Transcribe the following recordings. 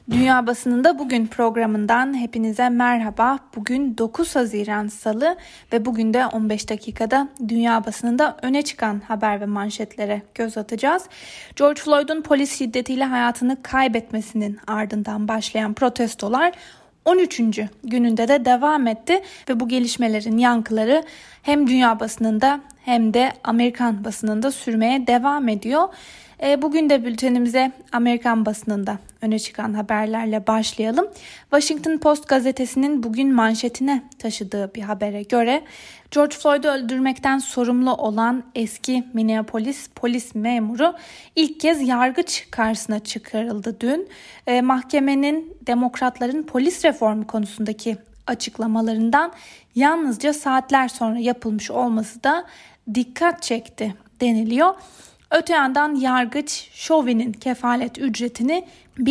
Dünya Basınında Bugün programından hepinize merhaba. Bugün 9 Haziran Salı ve bugün de 15 dakikada dünya basınında öne çıkan haber ve manşetlere göz atacağız. George Floyd'un polis şiddetiyle hayatını kaybetmesinin ardından başlayan protestolar 13. gününde de devam etti ve bu gelişmelerin yankıları hem dünya basınında hem de Amerikan basınında sürmeye devam ediyor. Bugün de bültenimize Amerikan basınında öne çıkan haberlerle başlayalım. Washington Post gazetesinin bugün manşetine taşıdığı bir habere göre George Floyd'u öldürmekten sorumlu olan eski Minneapolis polis memuru ilk kez yargıç karşısına çıkarıldı dün. Mahkemenin demokratların polis reformu konusundaki açıklamalarından yalnızca saatler sonra yapılmış olması da dikkat çekti deniliyor. Öte yandan yargıç Chauvin'in kefalet ücretini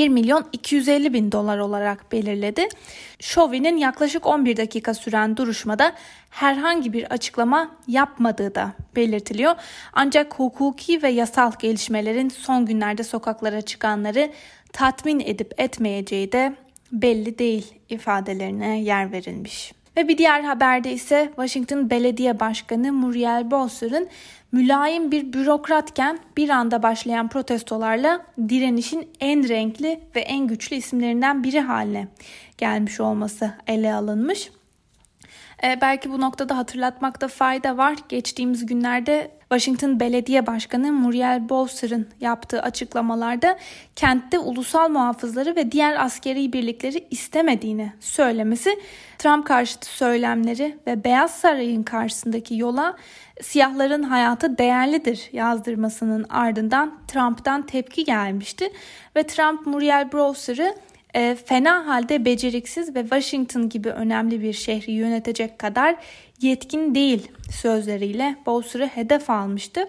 1.250.000 olarak belirledi. Chauvin'in yaklaşık 11 dakika süren duruşmada herhangi bir açıklama yapmadığı da belirtiliyor. Ancak hukuki ve yasal gelişmelerin son günlerde sokaklara çıkanları tatmin edip etmeyeceği de belli değil ifadelerine yer verilmiş. Ve bir diğer haberde ise Washington Belediye Başkanı Muriel Bowser'ın mülayim bir bürokratken bir anda başlayan protestolarla direnişin en renkli ve en güçlü isimlerinden biri haline gelmiş olması ele alınmış. Belki bu noktada hatırlatmakta fayda var. Geçtiğimiz günlerde Washington Belediye Başkanı Muriel Bowser'ın yaptığı açıklamalarda kentte ulusal muhafızları ve diğer askeri birlikleri istemediğini söylemesi, Trump karşıtı söylemleri ve Beyaz Saray'ın karşısındaki yola siyahların hayatı değerlidir yazdırmasının ardından Trump'tan tepki gelmişti ve Trump Muriel Bowser'ı fena halde beceriksiz ve Washington gibi önemli bir şehri yönetecek kadar yetkin değil sözleriyle Bowser'ı hedef almıştı.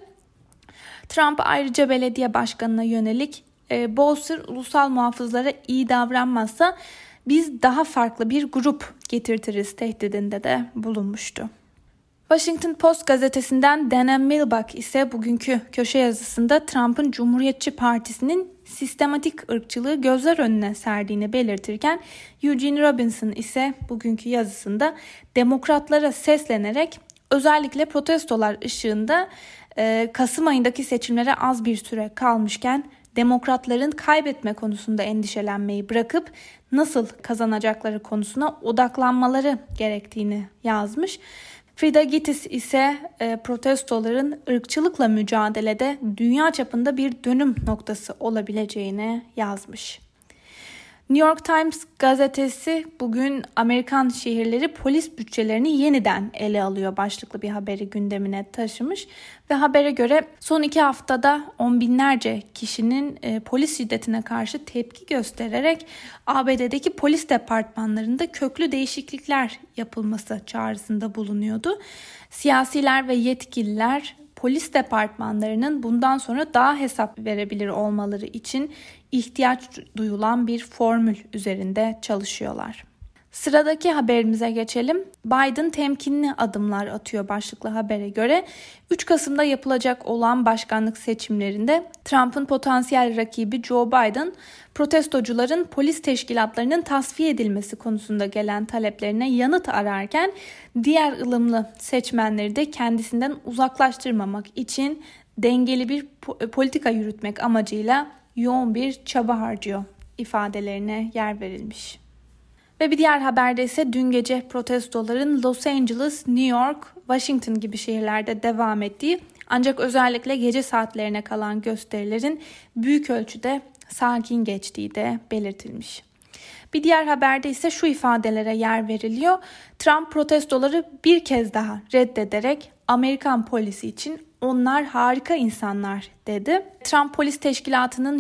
Trump ayrıca belediye başkanına yönelik Bowser ulusal muhafızlara iyi davranmazsa biz daha farklı bir grup getirtiriz tehdidinde de bulunmuştu. Washington Post gazetesinden Dana Milbank ise bugünkü köşe yazısında Trump'ın Cumhuriyetçi Partisi'nin sistematik ırkçılığı gözler önüne serdiğini belirtirken Eugene Robinson ise bugünkü yazısında demokratlara seslenerek özellikle protestolar ışığında Kasım ayındaki seçimlere az bir süre kalmışken demokratların kaybetme konusunda endişelenmeyi bırakıp nasıl kazanacakları konusuna odaklanmaları gerektiğini yazmış. Frida Gittes ise protestoların ırkçılıkla mücadelede dünya çapında bir dönüm noktası olabileceğini yazmış. New York Times gazetesi bugün Amerikan şehirleri polis bütçelerini yeniden ele alıyor başlıklı bir haberi gündemine taşımış ve habere göre son 2 haftada on binlerce kişinin polis şiddetine karşı tepki göstererek ABD'deki polis departmanlarında köklü değişiklikler yapılması çağrısında bulunuyordu. Siyasiler ve yetkililer polis departmanlarının bundan sonra daha hesap verebilir olmaları için ihtiyaç duyulan bir formül üzerinde çalışıyorlar. Sıradaki haberimize geçelim. Biden temkinli adımlar atıyor başlıklı habere göre. 3 Kasım'da yapılacak olan başkanlık seçimlerinde Trump'ın potansiyel rakibi Joe Biden, protestocuların polis teşkilatlarının tasfiye edilmesi konusunda gelen taleplerine yanıt ararken diğer ılımlı seçmenleri de kendisinden uzaklaştırmamak için dengeli bir politika yürütmek amacıyla yoğun bir çaba harcıyor ifadelerine yer verilmiş. Ve bir diğer haberde ise dün gece protestoların Los Angeles, New York, Washington gibi şehirlerde devam ettiği ancak özellikle gece saatlerine kalan gösterilerin büyük ölçüde sakin geçtiği de belirtilmiş. Bir diğer haberde ise şu ifadelere yer veriliyor. Trump protestoları bir kez daha reddederek Amerikan polisi için onlar harika insanlar dedi. Trump polis teşkilatının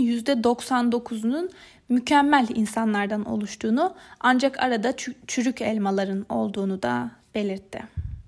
%99'unun mükemmel insanlardan oluştuğunu ancak arada çürük elmaların olduğunu da belirtti.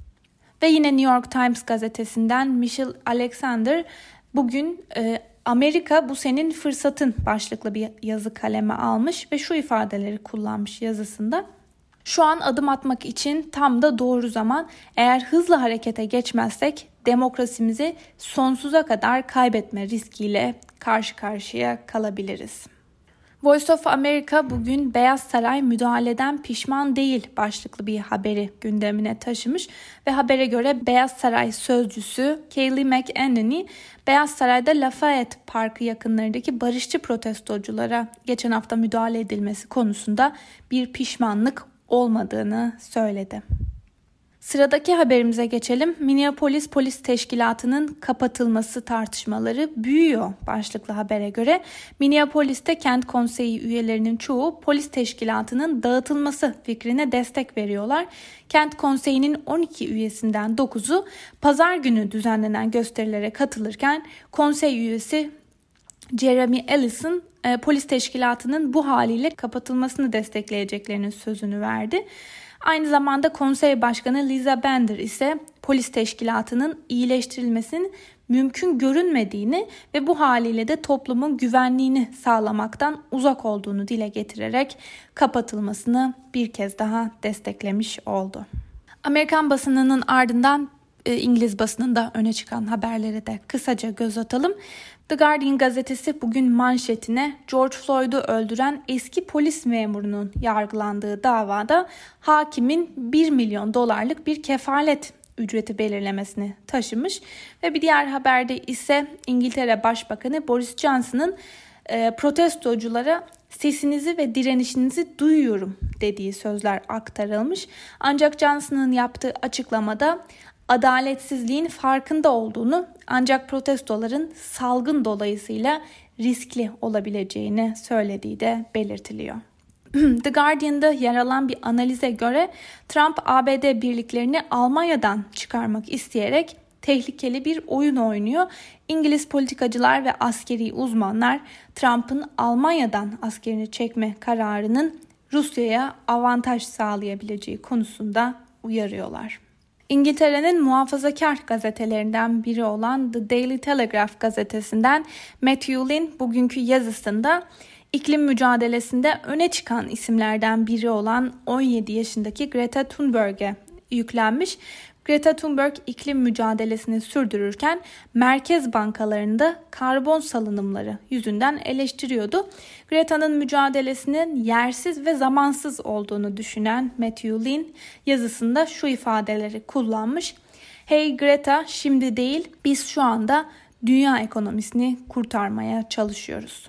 Ve yine New York Times gazetesinden Michelle Alexander bugün Amerika bu senin fırsatın başlıklı bir yazı kaleme almış ve şu ifadeleri kullanmış yazısında. Şu an adım atmak için tam da doğru zaman. Eğer hızlı harekete geçmezsek demokrasimizi sonsuza kadar kaybetme riskiyle karşı karşıya kalabiliriz. Voice of America bugün Beyaz Saray müdahaleden pişman değil başlıklı bir haberi gündemine taşımış ve habere göre Beyaz Saray sözcüsü Kayleigh McEnany, Beyaz Saray'da Lafayette Parkı yakınlarındaki barışçı protestoculara geçen hafta müdahale edilmesi konusunda bir pişmanlık olmadığını söyledi. Sıradaki haberimize geçelim. Minneapolis Polis Teşkilatı'nın kapatılması tartışmaları büyüyor başlıklı habere göre. Minneapolis'te kent konseyi üyelerinin çoğu polis teşkilatının dağıtılması fikrine destek veriyorlar. Kent konseyinin 12 üyesinden 9'u pazar günü düzenlenen gösterilere katılırken konsey üyesi Jeremy Ellison polis teşkilatının bu haliyle kapatılmasını destekleyeceklerinin sözünü verdi. Aynı zamanda konsey başkanı Lisa Bender ise polis teşkilatının iyileştirilmesinin mümkün görünmediğini ve bu haliyle de toplumun güvenliğini sağlamaktan uzak olduğunu dile getirerek kapatılmasını bir kez daha desteklemiş oldu. Amerikan basınının ardından İngiliz basınında öne çıkan haberlere de kısaca göz atalım. The Guardian gazetesi bugün manşetine George Floyd'u öldüren eski polis memurunun yargılandığı davada hakimin $1 milyon bir kefalet ücreti belirlemesini taşımış ve bir diğer haberde ise İngiltere Başbakanı Boris Johnson'ın protestoculara sesinizi ve direnişinizi duyuyorum dediği sözler aktarılmış. Ancak Johnson'ın yaptığı açıklamada adaletsizliğin farkında olduğunu ancak protestoların salgın dolayısıyla riskli olabileceğini söylediği de belirtiliyor. The Guardian'da yer alan bir analize göre Trump ABD birliklerini Almanya'dan çıkarmak isteyerek tehlikeli bir oyun oynuyor. İngiliz politikacılar ve askeri uzmanlar Trump'ın Almanya'dan askerini çekme kararının Rusya'ya avantaj sağlayabileceği konusunda uyarıyorlar. İngiltere'nin muhafazakar gazetelerinden biri olan The Daily Telegraph gazetesinden Matthew Lynn bugünkü yazısında iklim mücadelesinde öne çıkan isimlerden biri olan 17 yaşındaki Greta Thunberg'e yüklenmiş. Greta Thunberg iklim mücadelesini sürdürürken merkez bankalarında karbon salınımları yüzünden eleştiriyordu. Greta'nın mücadelesinin yersiz ve zamansız olduğunu düşünen Matthew Lynn yazısında şu ifadeleri kullanmış. Hey Greta, şimdi değil, biz şu anda dünya ekonomisini kurtarmaya çalışıyoruz.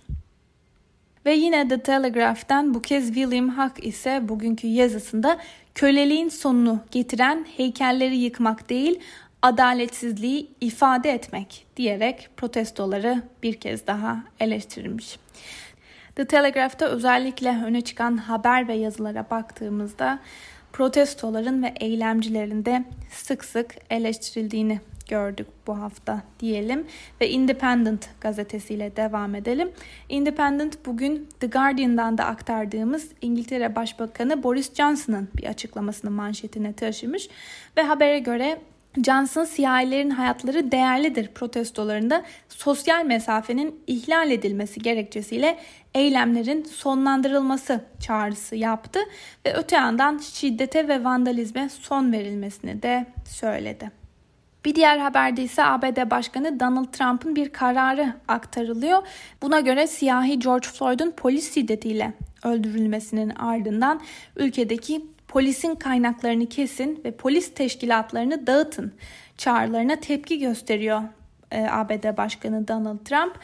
Ve yine The Telegraph'ten bu kez William Hack ise bugünkü yazısında köleliğin sonunu getiren heykelleri yıkmak değil, adaletsizliği ifade etmek diyerek protestoları bir kez daha eleştirilmiş. The Telegraph'ta özellikle öne çıkan haber ve yazılara baktığımızda protestoların ve eylemcilerin de sık sık eleştirildiğini gördük bu hafta diyelim ve Independent gazetesiyle devam edelim. Independent bugün The Guardian'dan da aktardığımız İngiltere Başbakanı Boris Johnson'ın bir açıklamasını manşetine taşımış ve habere göre Johnson siyahilerin hayatları değerlidir protestolarında sosyal mesafenin ihlal edilmesi gerekçesiyle eylemlerin sonlandırılması çağrısı yaptı ve öte yandan şiddete ve vandalizme son verilmesini de söyledi. Bir diğer haberde ise ABD Başkanı Donald Trump'ın bir kararı aktarılıyor. Buna göre siyahi George Floyd'un polis şiddetiyle öldürülmesinin ardından ülkedeki polisin kaynaklarını kesin ve polis teşkilatlarını dağıtın çağrılarına tepki gösteriyor ABD Başkanı Donald Trump.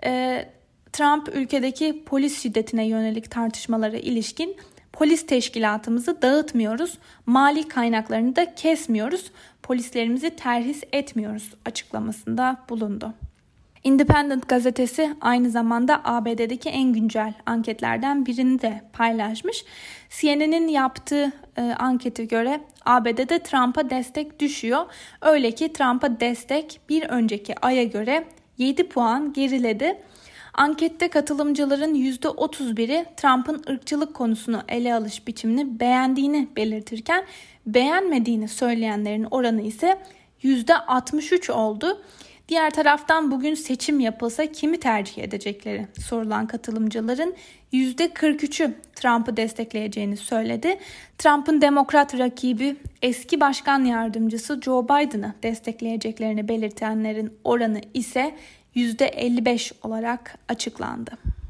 Trump ülkedeki polis şiddetine yönelik tartışmalara ilişkin polis teşkilatımızı dağıtmıyoruz, mali kaynaklarını da kesmiyoruz, polislerimizi terhis etmiyoruz açıklamasında bulundu. Independent gazetesi aynı zamanda ABD'deki en güncel anketlerden birini de paylaşmış. CNN'in yaptığı ankete göre ABD'de Trump'a destek düşüyor. Öyle ki Trump'a destek bir önceki aya göre 7 puan geriledi. Ankette katılımcıların %31'i Trump'ın ırkçılık konusunu ele alış biçimini beğendiğini belirtirken beğenmediğini söyleyenlerin oranı ise %63 oldu. Diğer taraftan bugün seçim yapılsa kimi tercih edecekleri sorulan katılımcıların %43'ü Trump'ı destekleyeceğini söyledi. Trump'ın demokrat rakibi eski başkan yardımcısı Joe Biden'ı destekleyeceklerini belirtenlerin oranı ise %55 olarak açıklandı.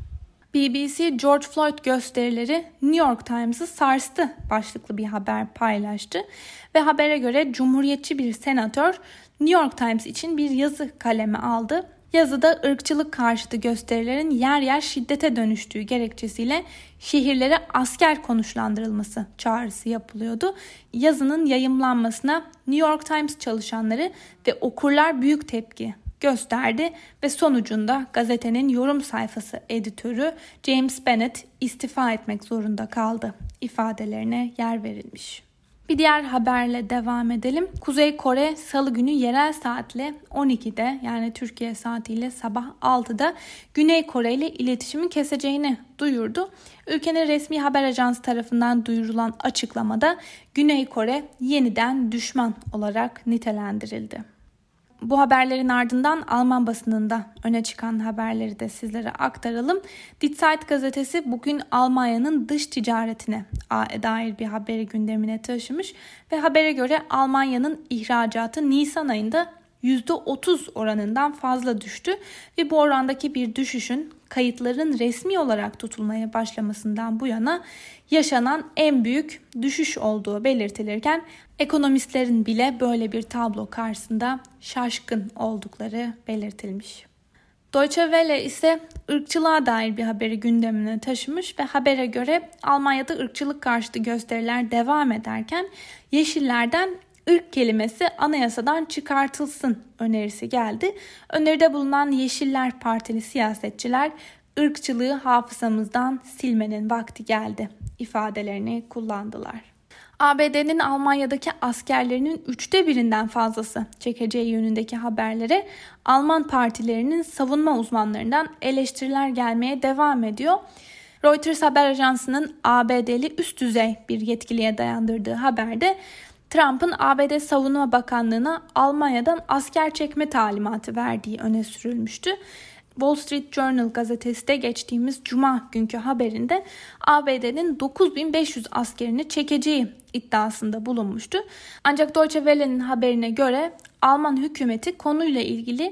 BBC George Floyd gösterileri New York Times'ı sarstı başlıklı bir haber paylaştı ve habere göre Cumhuriyetçi bir senatör New York Times için bir yazı kaleme aldı. Yazıda ırkçılık karşıtı gösterilerin yer yer şiddete dönüştüğü gerekçesiyle şehirlere asker konuşlandırılması çağrısı yapılıyordu. Yazının yayımlanmasına New York Times çalışanları ve okurlar büyük tepki gösterdi ve sonucunda gazetenin yorum sayfası editörü James Bennett istifa etmek zorunda kaldı ifadelerine yer verilmiş. Bir diğer haberle devam edelim. Kuzey Kore Salı günü yerel saatle 12'de yani Türkiye saatiyle sabah 6'da Güney Kore ile iletişimi keseceğini duyurdu. Ülkenin resmi haber ajansı tarafından duyurulan açıklamada Güney Kore yeniden düşman olarak nitelendirildi. Bu haberlerin ardından Alman basınında öne çıkan haberleri de sizlere aktaralım. Die Zeit gazetesi bugün Almanya'nın dış ticaretine dair bir haberi gündemine taşımış ve habere göre Almanya'nın ihracatı Nisan ayında %30 oranından fazla düştü ve bu orandaki bir düşüşün kayıtların resmi olarak tutulmaya başlamasından bu yana yaşanan en büyük düşüş olduğu belirtilirken ekonomistlerin bile böyle bir tablo karşısında şaşkın oldukları belirtilmiş. Deutsche Welle ise ırkçılığa dair bir haberi gündemine taşımış ve habere göre Almanya'da ırkçılık karşıtı gösteriler devam ederken Yeşillerden ırk kelimesi anayasadan çıkartılsın önerisi geldi. Öneride bulunan Yeşiller Partili siyasetçiler ırkçılığı hafızamızdan silmenin vakti geldi ifadelerini kullandılar. ABD'nin Almanya'daki askerlerinin 1/3'ünden fazlası çekeceği yönündeki haberlere Alman partilerinin savunma uzmanlarından eleştiriler gelmeye devam ediyor. Reuters haber ajansının ABD'li üst düzey bir yetkiliye dayandırdığı haberde Trump'ın ABD Savunma Bakanlığı'na Almanya'dan asker çekme talimatı verdiği öne sürülmüştü. Wall Street Journal gazetesi de geçtiğimiz Cuma günkü haberinde ABD'nin 9.500 askerini çekeceği iddiasında bulunmuştu. Ancak Deutsche Welle'nin haberine göre Alman hükümeti konuyla ilgili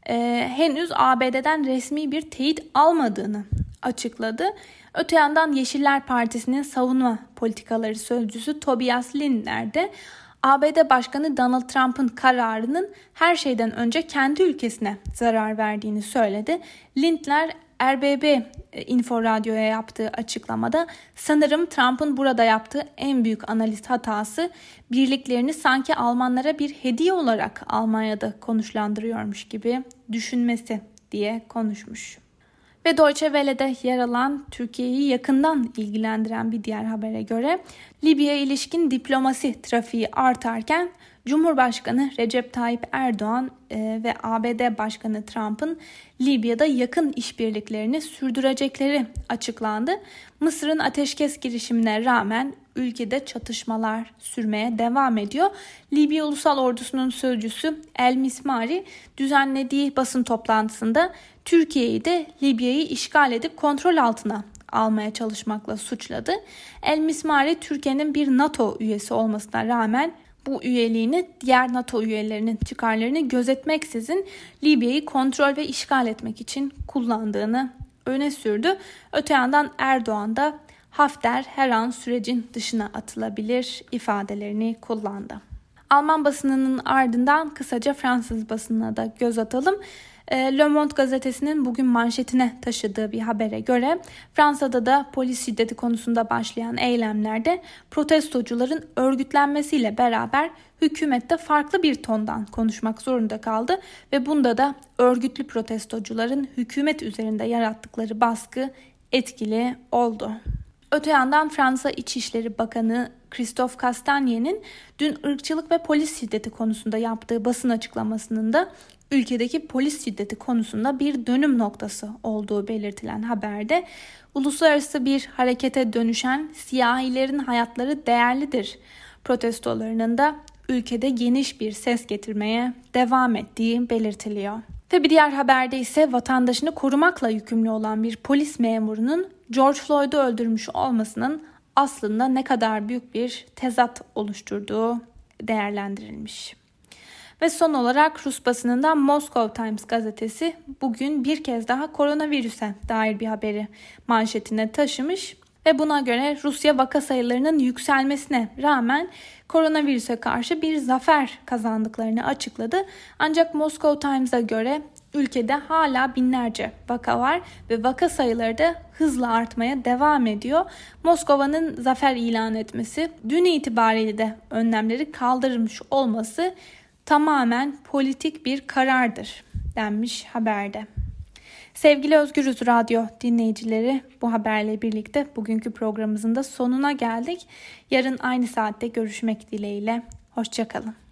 henüz ABD'den resmi bir teyit almadığını açıkladı. Öte yandan Yeşiller Partisi'nin savunma politikaları sözcüsü Tobias Lindner de ABD Başkanı Donald Trump'ın kararının her şeyden önce kendi ülkesine zarar verdiğini söyledi. Lindner RBB Info Radyo'ya yaptığı açıklamada sanırım Trump'ın burada yaptığı en büyük analiz hatası birliklerini sanki Almanlara bir hediye olarak Almanya'da konuşlandırıyormuş gibi düşünmesi diye konuşmuş. Ve Deutsche Welle'de yer alan Türkiye'yi yakından ilgilendiren bir diğer habere göre Libya'ya ilişkin diplomasi trafiği artarken Cumhurbaşkanı Recep Tayyip Erdoğan ve ABD Başkanı Trump'ın Libya'da yakın işbirliklerini sürdürecekleri açıklandı. Mısır'ın ateşkes girişimine rağmen ülkede çatışmalar sürmeye devam ediyor. Libya Ulusal Ordusu'nun sözcüsü El Mismari düzenlediği basın toplantısında Türkiye'yi de Libya'yı işgal edip kontrol altına almaya çalışmakla suçladı. El Mismari Türkiye'nin bir NATO üyesi olmasına rağmen bu üyeliğini diğer NATO üyelerinin çıkarlarını gözetmeksizin Libya'yı kontrol ve işgal etmek için kullandığını öne sürdü. Öte yandan Erdoğan da Hafter her an sürecin dışına atılabilir ifadelerini kullandı. Alman basınının ardından kısaca Fransız basınına da göz atalım. Le Monde gazetesinin bugün manşetine taşıdığı bir habere göre Fransa'da da polis şiddeti konusunda başlayan eylemlerde protestocuların örgütlenmesiyle beraber hükümette farklı bir tondan konuşmak zorunda kaldı ve bunda da örgütlü protestocuların hükümet üzerinde yarattıkları baskı etkili oldu. Öte yandan Fransa İçişleri Bakanı Christophe Castagne'nin dün ırkçılık ve polis şiddeti konusunda yaptığı basın açıklamasının da ülkedeki polis şiddeti konusunda bir dönüm noktası olduğu belirtilen haberde uluslararası bir harekete dönüşen siyahilerin hayatları değerlidir protestolarının da ülkede geniş bir ses getirmeye devam ettiği belirtiliyor. Ve bir diğer haberde ise vatandaşını korumakla yükümlü olan bir polis memurunun George Floyd'u öldürmüş olmasının aslında ne kadar büyük bir tezat oluşturduğu değerlendirilmiş. Ve son olarak Rus basınından Moscow Times gazetesi bugün bir kez daha koronavirüse dair bir haberi manşetine taşımış. Ve buna göre Rusya vaka sayılarının yükselmesine rağmen koronavirüse karşı bir zafer kazandıklarını açıkladı. Ancak Moscow Times'a göre ülkede hala binlerce vaka var ve vaka sayıları da hızla artmaya devam ediyor. Moskova'nın zafer ilan etmesi, dün itibariyle de önlemleri kaldırmış olması tamamen politik bir karardır denmiş haberde. Sevgili Özgürüz Radyo dinleyicileri, bu haberle birlikte bugünkü programımızın da sonuna geldik. Yarın aynı saatte görüşmek dileğiyle. Hoşça kalın.